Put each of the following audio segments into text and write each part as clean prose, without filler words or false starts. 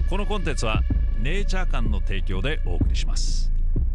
このコンテンツはネイチャー館の提供でお送りします。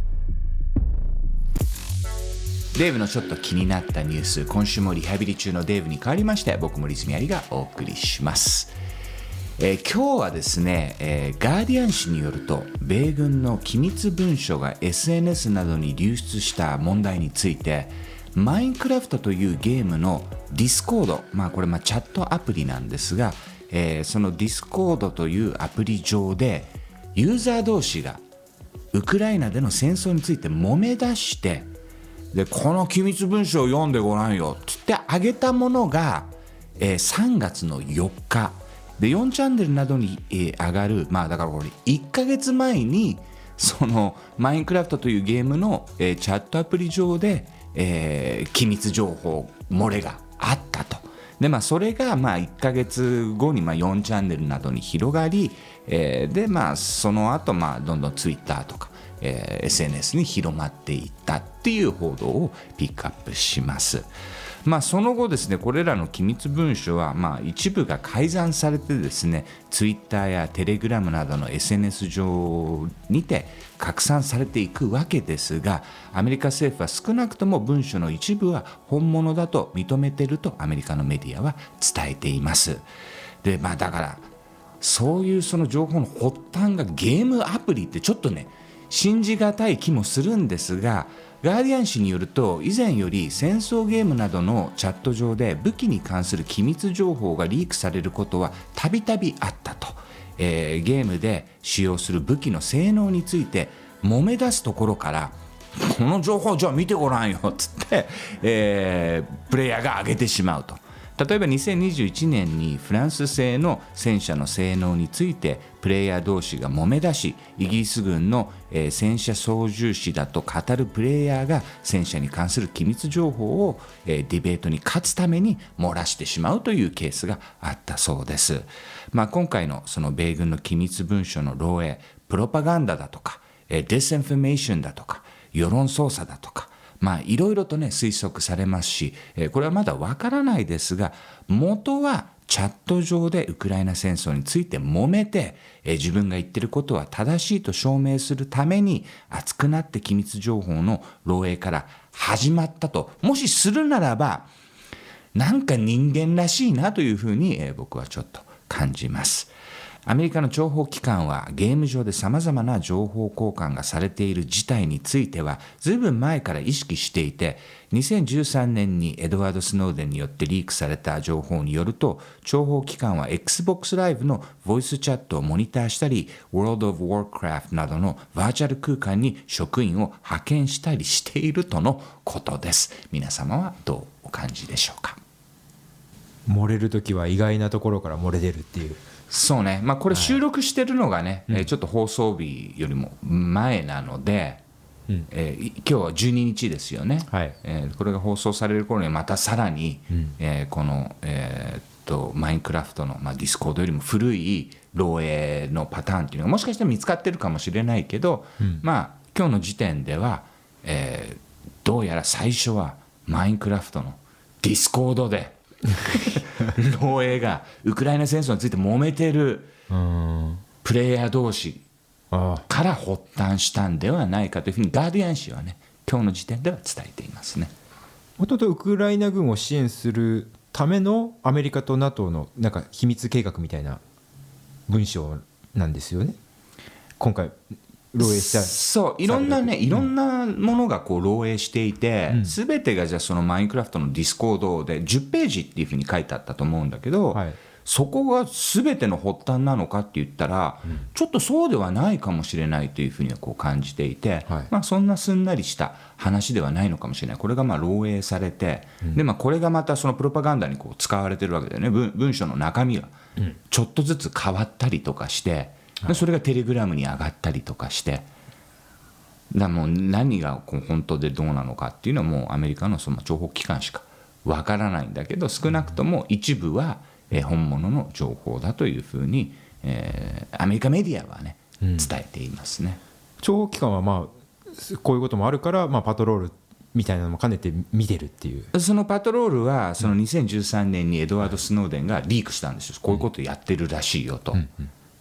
デーブのちょっと気になったニュース、今週もリハビリ中のデーブに代わりまして僕森泉有がお送りします。今日はですね、ガーディアン紙によると米軍の機密文書が SNS などに流出した問題について、マインクラフトというゲームのディスコード、これチャットアプリなんですが、そのディスコードというアプリ上でユーザー同士がウクライナでの戦争について揉め出して、でこの機密文書を読んでごらんよって言ってあげたものが、3月の4日で4チャンネルなどに、上がる、だからこれ1ヶ月前にそのマインクラフトというゲームの、チャットアプリ上で、機密情報漏れがあったと。でそれが1ヶ月後に4チャンネルなどに広がり、でその後どんどんツイッターとか、SNS に広まっていったっていう報道をピックアップします。その後ですね、これらの機密文書は一部が改ざんされてですね、ツイッターやテレグラムなどの SNS 上にて拡散されていくわけですが、アメリカ政府は少なくとも文書の一部は本物だと認めているとアメリカのメディアは伝えています。でだからそういうその情報の発端がゲームアプリってちょっとね信じがたい気もするんですが、ガーディアン紙によると以前より戦争ゲームなどのチャット上で武器に関する機密情報がリークされることはたびたびあったと、ゲームで使用する武器の性能について揉め出すところから、この情報じゃあ見てごらんよっつって、プレイヤーが上げてしまうと。例えば2021年にフランス製の戦車の性能についてプレイヤー同士が揉め出し、イギリス軍の戦車操縦士だと語るプレイヤーが戦車に関する機密情報をディベートに勝つために漏らしてしまうというケースがあったそうです。今回のその米軍の機密文書の漏洩、プロパガンダだとかディスインフォメーションだとか世論操作だとかいろいろとね推測されますし、これはまだわからないですが、元はチャット上でウクライナ戦争について揉めて、自分が言ってることは正しいと証明するために熱くなって機密情報の漏洩から始まったと、もしするならばなんか人間らしいなというふうに、僕はちょっと感じます。アメリカの諜報機関はゲーム上で様々な情報交換がされている事態についてはずいぶん前から意識していて、2013年にエドワード・スノーデンによってリークされた情報によると、諜報機関は Xbox Live のボイスチャットをモニターしたり、World of Warcraft などのバーチャル空間に職員を派遣したりしているとのことです。皆様はどうお感じでしょうか。 漏れるときは意外なところから漏れ出るっていう。 そうね、これ収録してるのがね、ちょっと放送日よりも前なので、今日は12日ですよね、これが放送される頃にまたさらに、この、マインクラフトの、ディスコードよりも古い漏洩のパターンっていうのがもしかしたら見つかってるかもしれないけど、今日の時点では、どうやら最初はマインクラフトのディスコードで漏洩がウクライナ戦争について揉めてるプレイヤー同士から発端したんではないかというふうにガーディアン紙はね今日の時点では伝えていますね。 もともとウクライナ軍を支援するためのアメリカと NATO のなんか秘密計画みたいな文章なんですよね、今回漏洩した。 そういろんなね、いろんなものがこう漏洩していて、全てがじゃあそのマインクラフトのディスコードで10ページっていうふうに書いてあったと思うんだけど、そこが全ての発端なのかって言ったら、ちょっとそうではないかもしれないというふうにはこう感じていて、そんなすんなりした話ではないのかもしれない。これが漏洩されて、でこれがまたそのプロパガンダにこう使われてるわけだよね。文書の中身がちょっとずつ変わったりとかして、それがテレグラムに上がったりとかして、もう何がこう本当でどうなのかっていうのはもうアメリカのその情報機関しかわからないんだけど、少なくとも一部は本物の情報だというふうに、アメリカメディアはね伝えていますね。 諜報機関はこういうこともあるから、パトロールみたいなのも兼ねて見てるっていう。 そのパトロールはその2013年にエドワード・スノーデンがリークしたんですよ。こういうことやってるらしいよと。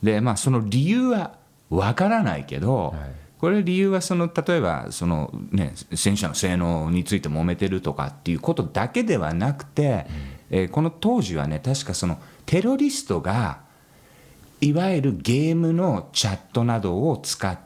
でまあその理由はわからないけど、 はい、 これ理由は例えば戦車の性能について揉めてるとかっていうことだけではなくて、この当時はね確かテロリストがいわゆるゲームのチャットなどを使って、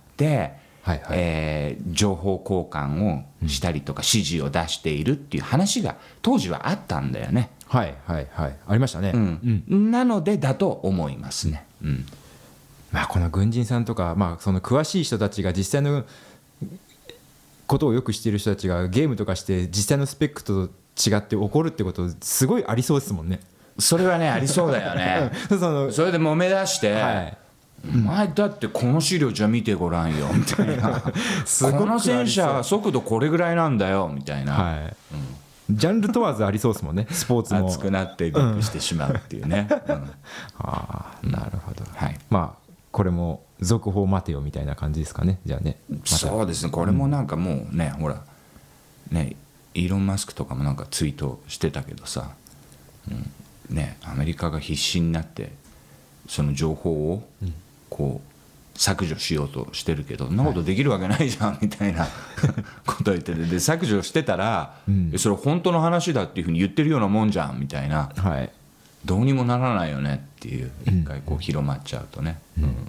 はいはい、情報交換をしたりとか指示を出しているっていう話が当時はあったんだよね。 はいはいはい、ありましたね、 なのでだと思いますね。 まあ、この軍人さんとか、まあ、その詳しい人たちが実際のことをよく知っている人たちがゲームとかして実際のスペックと違って起こるってことすごいありそうですもんね。 それはねありそうだよねそれで揉め出して、はい、お前だってこの資料じゃ見てごらんよみたいなこの戦車速度これぐらいなんだよみたいな、はい、 ジャンル問わずありそうですもんね。スポーツも熱くなってビッグしてしまうっていうね、 ああなるほど、 はい、 まあこれも続報待てよみたいな感じですかね。じゃあね、 そうですね。これもなんかもうね、ほらね、イーロン・マスクとかもなんかツイートしてたけどさ、ね、アメリカが必死になってその情報をこう削除しようとしてるけど、そんなことできるわけないじゃんみたいなことを言ってて、で削除してたら、それ本当の話だっていうふうに言ってるようなもんじゃんみたいな、はい、どうにもならないよねっていう、一回こう広まっちゃうとね。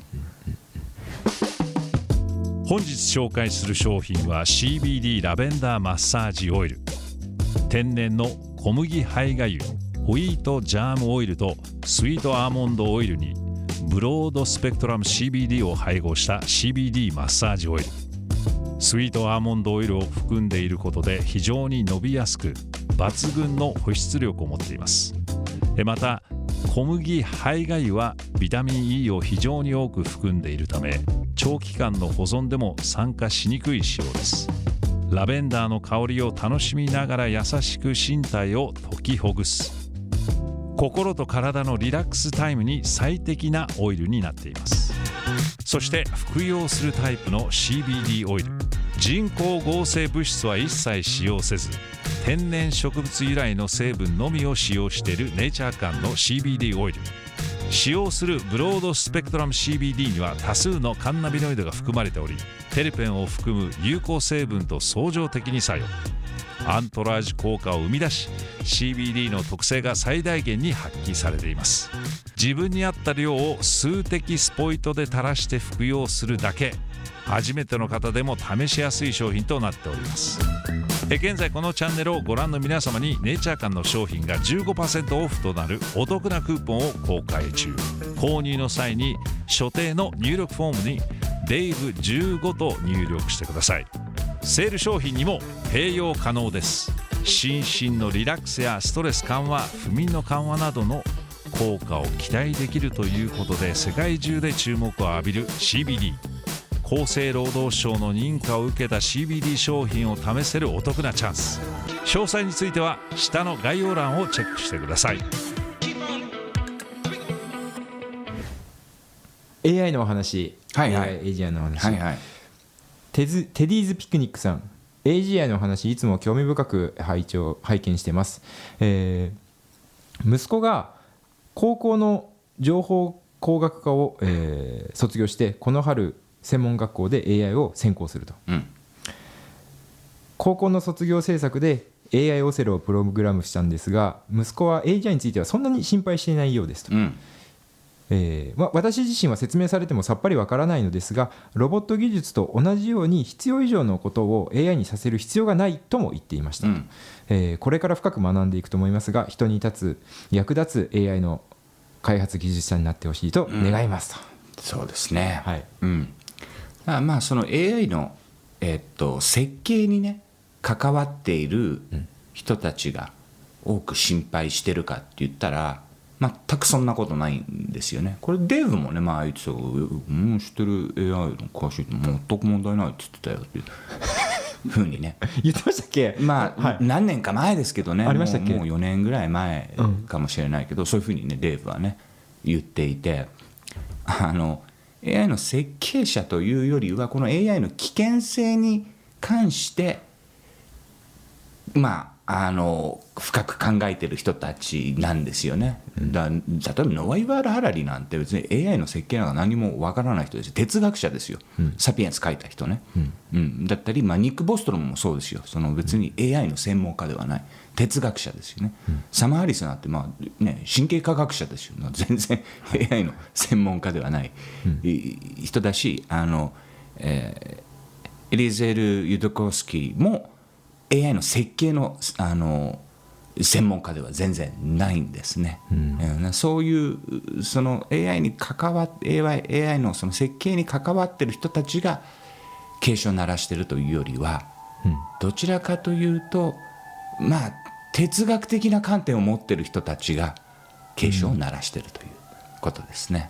本日紹介する商品は CBD ラベンダーマッサージオイル。天然の小麦胚芽油、ホイートジャームオイルとスイートアーモンドオイルにブロードスペクトラム CBD を配合した CBD マッサージオイル。スイートアーモンドオイルを含んでいることで非常に伸びやすく抜群の保湿力を持っています。また小麦胚芽油はビタミン E を非常に多く含んでいるため長期間の保存でも酸化しにくい仕様です。ラベンダーの香りを楽しみながら優しく身体を解きほぐす、心と体のリラックスタイムに最適なオイルになっています。そして服用するタイプの CBD オイル、人工合成物質は一切使用せず天然植物由来の成分のみを使用しているネイチャー感の CBD オイル。使用するブロードスペクトラム CBD には多数のカンナビノイドが含まれており、テルペンを含む有効成分と相乗的に作用、アントラージュ効果を生み出し CBD の特性が最大限に発揮されています。自分に合った量を数滴スポイトで垂らして服用するだけ、初めての方でも試しやすい商品となっております。現在このチャンネルをご覧の皆様にネイチャー館の商品が 15% オフとなるお得なクーポンを公開中。購入の際に所定の入力フォームに DAVE15 と入力してください。セール商品にも併用可能です。心身のリラックスやストレス緩和、不眠の緩和などの効果を期待できるということで世界中で注目を浴びる CBD。厚生労働省の認可を受けた CBD 商品を試せるお得なチャンス。詳細については下の概要欄をチェックしてください。 AI のお話、 はいはい、 AI エイジアのお話、 はいはい、 テディーズピクニックさん、 AGI のお話いつも興味深く拝見してます。息子が高校の情報工学科を、卒業してこの春専門学校で AI を専攻すると、高校の卒業制作で AI オセロをプログラムしたんですが、息子は AGI についてはそんなに心配していないようですと、私自身は説明されてもさっぱりわからないのですが、ロボット技術と同じように必要以上のことを AI にさせる必要がないとも言っていました、これから深く学んでいくと思いますが、人に役立つ AI の開発技術者になってほしいと願いますと、 そうですね、 はい、 まあその AI の、設計にね関わっている人たちが多く心配してるかって言ったら全くそんなことないんですよね。これデーブもね、言ってたけど、知ってる AI の詳しい全く問題ないって言ってたよっていうふうにね言ってましたっけ。 はい、何年か前ですけどね、 ありましたっけ。 もう4年ぐらい前かもしれないけど、そういうふうにねデーブはね言っていて、AI の設計者というよりはこの AI の危険性に関して深く考えてる人たちなんですよね。例えばノア・ユバール・ハラリなんて別に AI の設計なんか何もわからない人ですよ。哲学者ですよ、サピエンス書いた人ね、だったり、ニック・ボストロムもそうですよ。その別に AI の専門家ではない哲学者ですよね、サム・ハリスなんて、神経科学者ですよ。全然 AI の専門家ではない人だし、エリゼル・ユドコフスキーもAI の設計の、専門家では全然ないんですね、そういうその AI に関わって AI のその設計に関わってる人たちが警鐘を鳴らしているというよりは、どちらかというと哲学的な観点を持っている人たちが警鐘を鳴らしているということですね。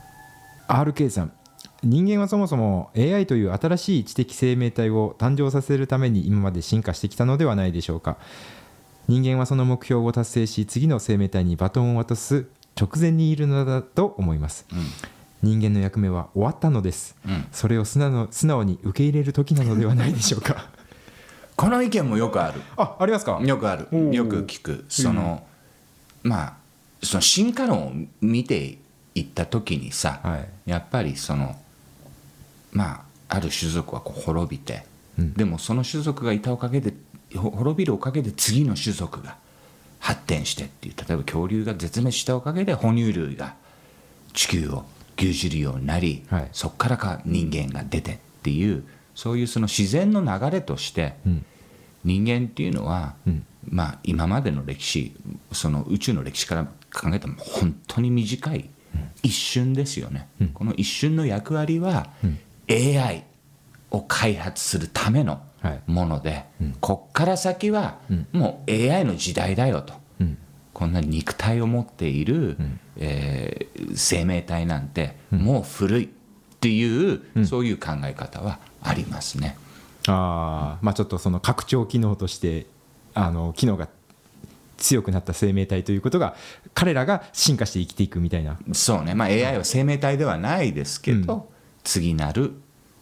RK さん、人間はそもそも AI という新しい知的生命体を誕生させるために今まで進化してきたのではないでしょうか。人間はその目標を達成し、次の生命体にバトンを渡す直前にいるのだと思います、人間の役目は終わったのです、それを素直に受け入れる時なのではないでしょうか。 この意見もよくある。 ありますか。 よくある、よく聞く。その進化論を見ていった時にさ、やっぱりそのある種族は滅びて、でもその種族がいたおかげで滅びるおかげで次の種族が発展してっていう、例えば恐竜が絶滅したおかげで哺乳類が地球を牛耳るようになり、そこから人間が出てっていう、そういうその自然の流れとして、人間っていうのは、今までの歴史、その宇宙の歴史から考えても本当に短い一瞬ですよね、この一瞬の役割は、AI を開発するためのもので、こっから先はもう AI の時代だよと、こんな肉体を持っている、生命体なんてもう古いっていう、そういう考え方はありますね。 ちょっとその拡張機能として機能が強くなった生命体ということが、彼らが進化して生きていくみたいな。 そうね、AI は生命体ではないですけど、次なる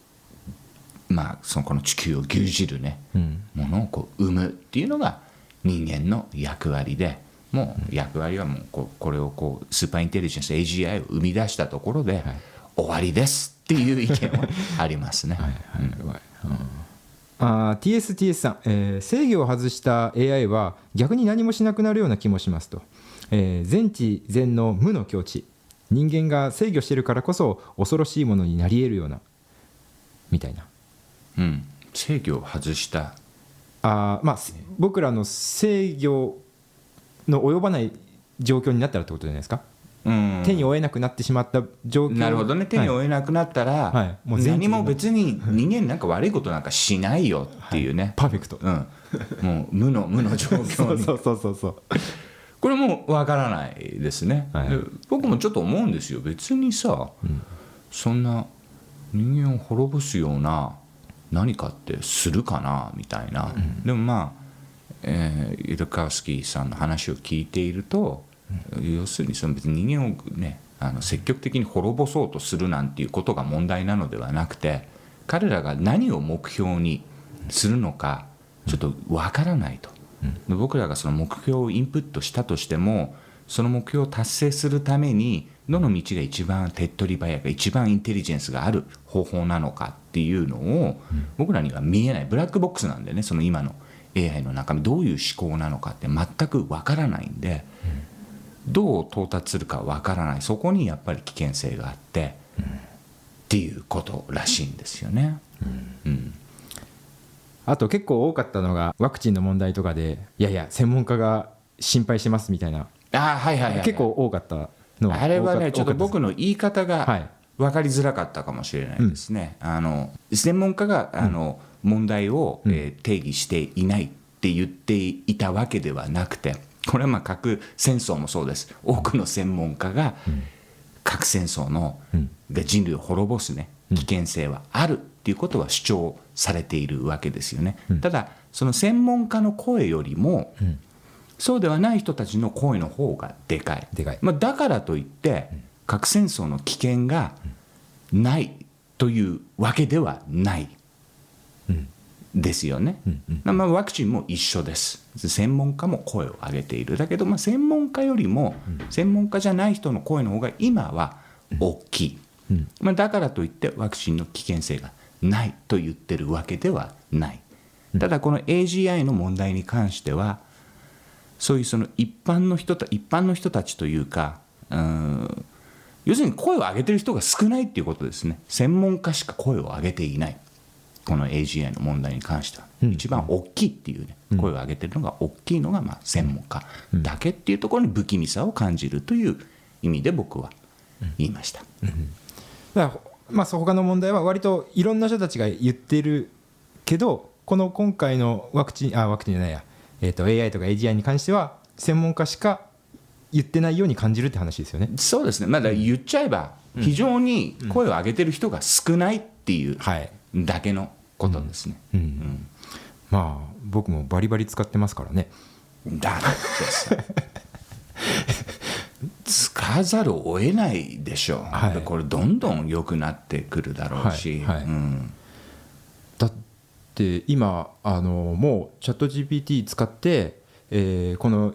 この地球を牛耳るね、ものを生むっていうのが人間の役割で、もう役割はもうこれをスーパーインテリジェンス AGI を生み出したところで終わりですっていう意見はありますね。 TSTS さん、制御を外した AI は逆に何もしなくなるような気もしますと、全知全能無の境地、人間が制御しているからこそ恐ろしいものになり得るようなみたいな、 制御を外した僕らの制御の及ばない状況になったらってことじゃないですか。手に負えなくなってしまった状況。 なるほどね。手に負えなくなったら、もう何も別に人間なんか悪いことなんかしないよっていうね、 パーフェクト、 もう無の状況にそうこれもう分からないですね、で僕もちょっと思うんですよ。別にさ、そんな人間を滅ぼすような何かってするかなみたいな、でもユドカウスキーさんの話を聞いていると、要するにその別に人間をね、積極的に滅ぼそうとするなんていうことが問題なのではなくて、彼らが何を目標にするのかちょっとわからないと、僕らがその目標をインプットしたとしても、その目標を達成するためにどの道が一番手っ取り早く、一番インテリジェンスがある方法なのかっていうのを僕らには見えない、ブラックボックスなんでね、その今の AI の中身どういう思考なのかって全くわからないんで、どう到達するかわからない、そこにやっぱり危険性があって、っていうことらしいんですよね。 あと結構多かったのがワクチンの問題とかで、いや専門家が心配してますみたいな、結構多かったのは、 あれはねちょっと僕の言い方が分かりづらかったかもしれないですね。専門家が問題を定義していないって言っていたわけではなくて、これは核戦争もそうです。多くの専門家が核戦争が人類を滅ぼすね、危険性はあるっていうことは主張されているわけですよね。ただその専門家の声よりも、そうではない人たちの声の方がでかい。だからといって核戦争の危険がないというわけではない、 ですよね。まあ、ワクチンも一緒です。専門家も声を上げている。だけど、まあ、専門家よりも専門家じゃない人の声の方が今は大きい。まあ、だからといってワクチンの危険性がないと言ってるわけではない。ただこの AGI の問題に関しては、そういうその一般の人たちというか、要するに声を上げてる人が少ないっていうことですね。専門家しか声を上げていない。この AGI の問題に関しては、一番大きいっていうね、声を上げてるのが大きいのがまあ専門家だけっていうところに不気味さを感じるという意味で僕は言いました。 だからまあ他の問題は割といろんな人たちが言ってるけど、この今回のワクチンじゃないや、AI とか AGI に関しては専門家しか言ってないように感じるって話ですよね。 そうですね。まだ言っちゃえば非常に声を上げてる人が少ないっていうだけのことですね。 まあ僕もバリバリ使ってますからね。 だってさ使わざるを得ないでしょ、はい、これどんどん良くなってくるだろうし、 だって今もうチャット GPT 使って、この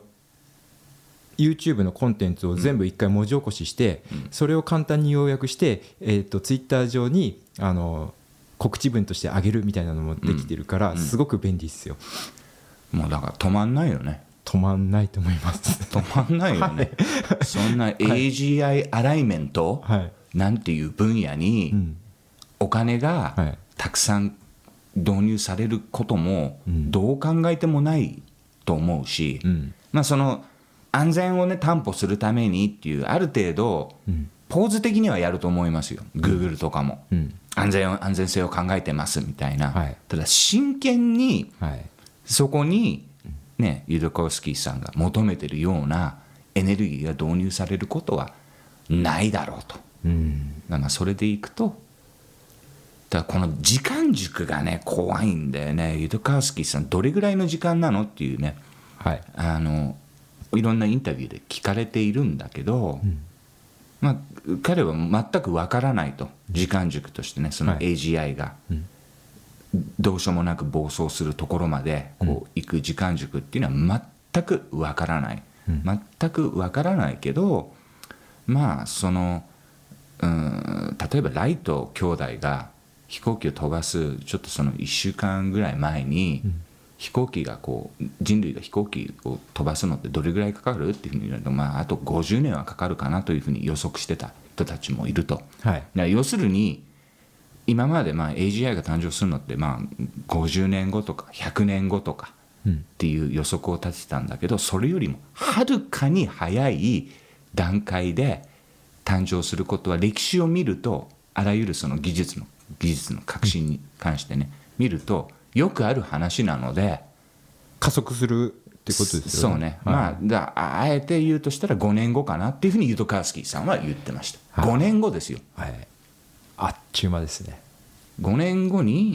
YouTube のコンテンツを全部一回文字起こしして、それを簡単に要約して、Twitter 上に告知文として上げるみたいなのもできてるから、すごく便利ですよ。 もうだから止まんないよね。 止まんないと思います止まんないよね、はい、そんな AGI アライメントなんていう分野にお金がたくさん導入されることもどう考えてもないと思うし、まあその安全をね担保するためにっていうある程度ポーズ的にはやると思いますよ。 Google とかも安全性を考えてますみたいな、ただ真剣にそこにね、ユドコフスキーさんが求めてるようなエネルギーが導入されることはないだろうと、まあそれでいくと、だからこの時間軸がね怖いんだよね。ユドコフスキーさんどれぐらいの時間なのっていうね、いろんなインタビューで聞かれているんだけど、まあ、彼は全くわからないと、時間軸としてね、その AGI がどうしようもなく暴走するところまでこう行く時間軸っていうのは全くわからない、全くわからないけど、まあその例えばライト兄弟が飛行機を飛ばすちょっとその1週間ぐらい前に、飛行機がこう人類が飛行機を飛ばすのってどれぐらいかかるっていうふうに言われると、まああと50年はかかるかなというふうに予測してた人たちもいると、要するに今までまあ AGI が誕生するのってまあ50年後とか100年後とかっていう予測を立てたんだけど、それよりもはるかに早い段階で誕生することは歴史を見ると、あらゆるその技術の革新に関してね見るとよくある話なので、 加速するってことですよね。 そうね、まああえて言うとしたら5年後かなっていうふうにユドカースキーさんは言ってました。5年後ですよ。 あっちゅう間ですね。 5年後に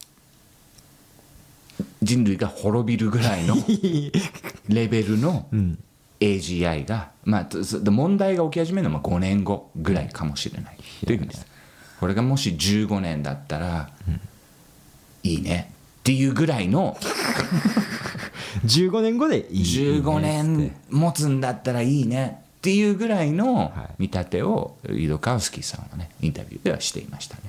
人類が滅びるぐらいのレベルの AGI が、まあ問題が起き始めるのは5年後ぐらいかもしれないというふうにです。これがもし15年だったらいいねっていうぐらいの 15年後でいいね、 15年持つんだったらいいねっていうぐらいの見立てをユドカウスキーさんはねインタビューではしていましたね。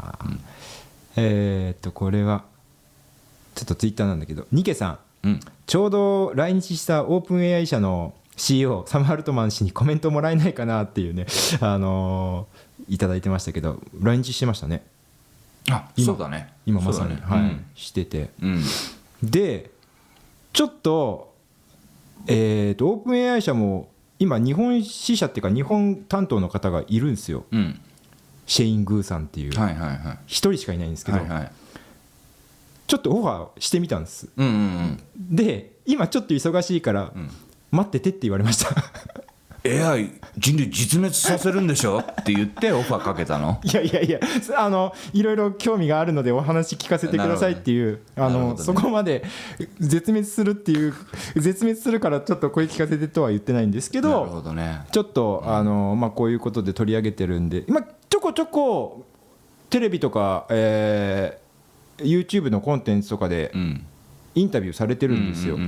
これはちょっとツイッターなんだけど、ニケさん、ちょうど来日したオープン AI 社の CEO サム・ハルトマン氏にコメントもらえないかなっていうね、いただいてましたけど、来日してましたね。 そうだね、 今まさに、してて、でちょっとオープン AI 社も今日本支社っていうか日本担当の方がいるんですよ、シェイン・グーさんっていう一人しかいないんですけど、ちょっとオファーしてみたんです、で今ちょっと忙しいから待っててって言われました。 AI 人類実滅させるんでしょって言ってオファーかけたの？いやいろいろ興味があるのでお話聞かせてくださいっていう、そこまで絶滅するからちょっと声聞かせてとは言ってないんですけど、 なるほどね、 ちょっとまあ、こういうことで取り上げてるんで、ちょこちょこテレビとか、 YouTube のコンテンツとかでインタビューされてるんですよ。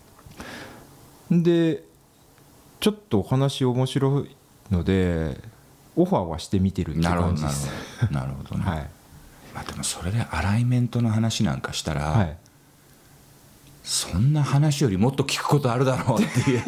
でちょっとお話面白いのでオファーはしてみてるっていう感じです。 なるほどね、 はい。 まあ、でもそれでアライメントの話なんかしたら、 はい、 そんな話よりもっと聞くことあるだろうっていう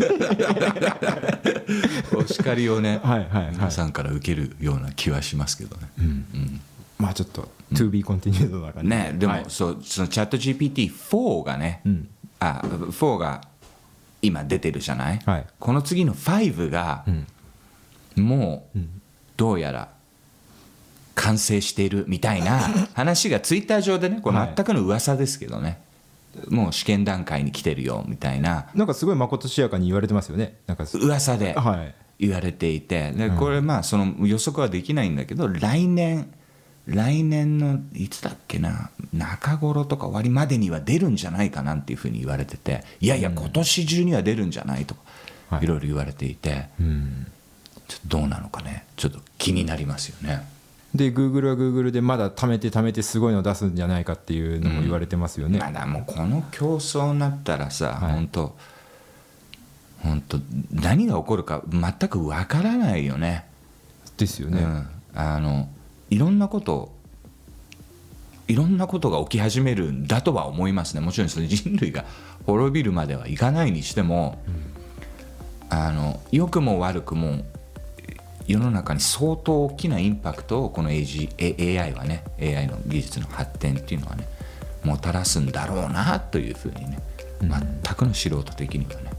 お叱りをね、 はいはいはい、 皆さんから受けるような気はしますけどね、 まあちょっと To be continued な感じね。でも、はい、そのチャット GPT4 がね、4が今出てるじゃない、はい、この次の5が、もうどうやら完成しているみたいな話がツイッター上でね、これ全くの噂ですけどね、もう試験段階に来てるよみたいな、 なんかすごいまことしやかに言われてますよね。なんか噂で言われていて、でこれまあその予測はできないんだけど、来年のいつだっけな、中頃とか終わりまでには出るんじゃないかなんていうふうに言われてて、いやいや今年中には出るんじゃないとかいろいろ言われていて、ちょっとどうなのかね、ちょっと気になりますよね。 で Google は Google でまだ貯めてすごいの出すんじゃないかっていうのも言われてますよね。 まだもうこの競争になったらさ、本当何が起こるか全くわからないよね。 ですよね。 いろんなことが起き始めるんだとは思いますね。もちろんその人類が滅びるまではいかないにしても、良くも悪くも世の中に相当大きなインパクトをこの AI はね、 AI の技術の発展っていうのはねもたらすんだろうなというふうにね、全くの素人的にはね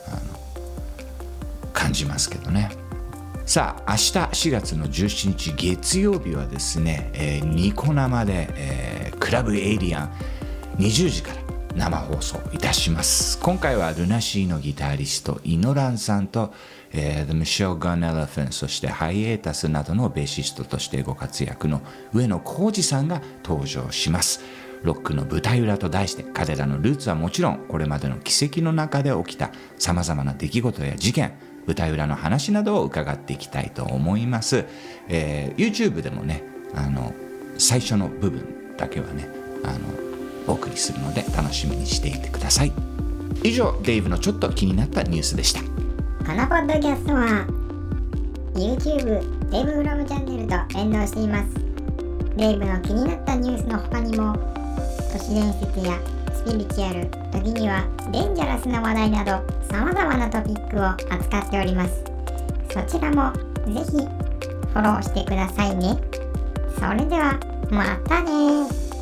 感じますけどね。さあ明日4月の17日月曜日はですね、ニコ生で、クラブエイリアン20時から生放送いたします。今回はルナシーのギタリストイノランさんと、The Michelle Gun Elephant、 そしてハイエータスなどのベーシストとしてご活躍の上野浩二さんが登場します。ロックの舞台裏と題して、彼らのルーツはもちろんこれまでの奇跡の中で起きたさまざまな出来事や事件、舞台裏の話などを伺っていきたいと思います。YouTube でもね最初の部分だけはねお送りするので楽しみにしていてください。以上、デイブのちょっと気になったニュースでした。 このポッドキャストは YouTube デイブフロムチャンネルと連動しています。デイブの気になったニュースの他にも都市伝説やスピリチュアル、時にはデンジャラスな話題など様々なトピックを扱っております。そちらもぜひフォローしてくださいね。それではまたね。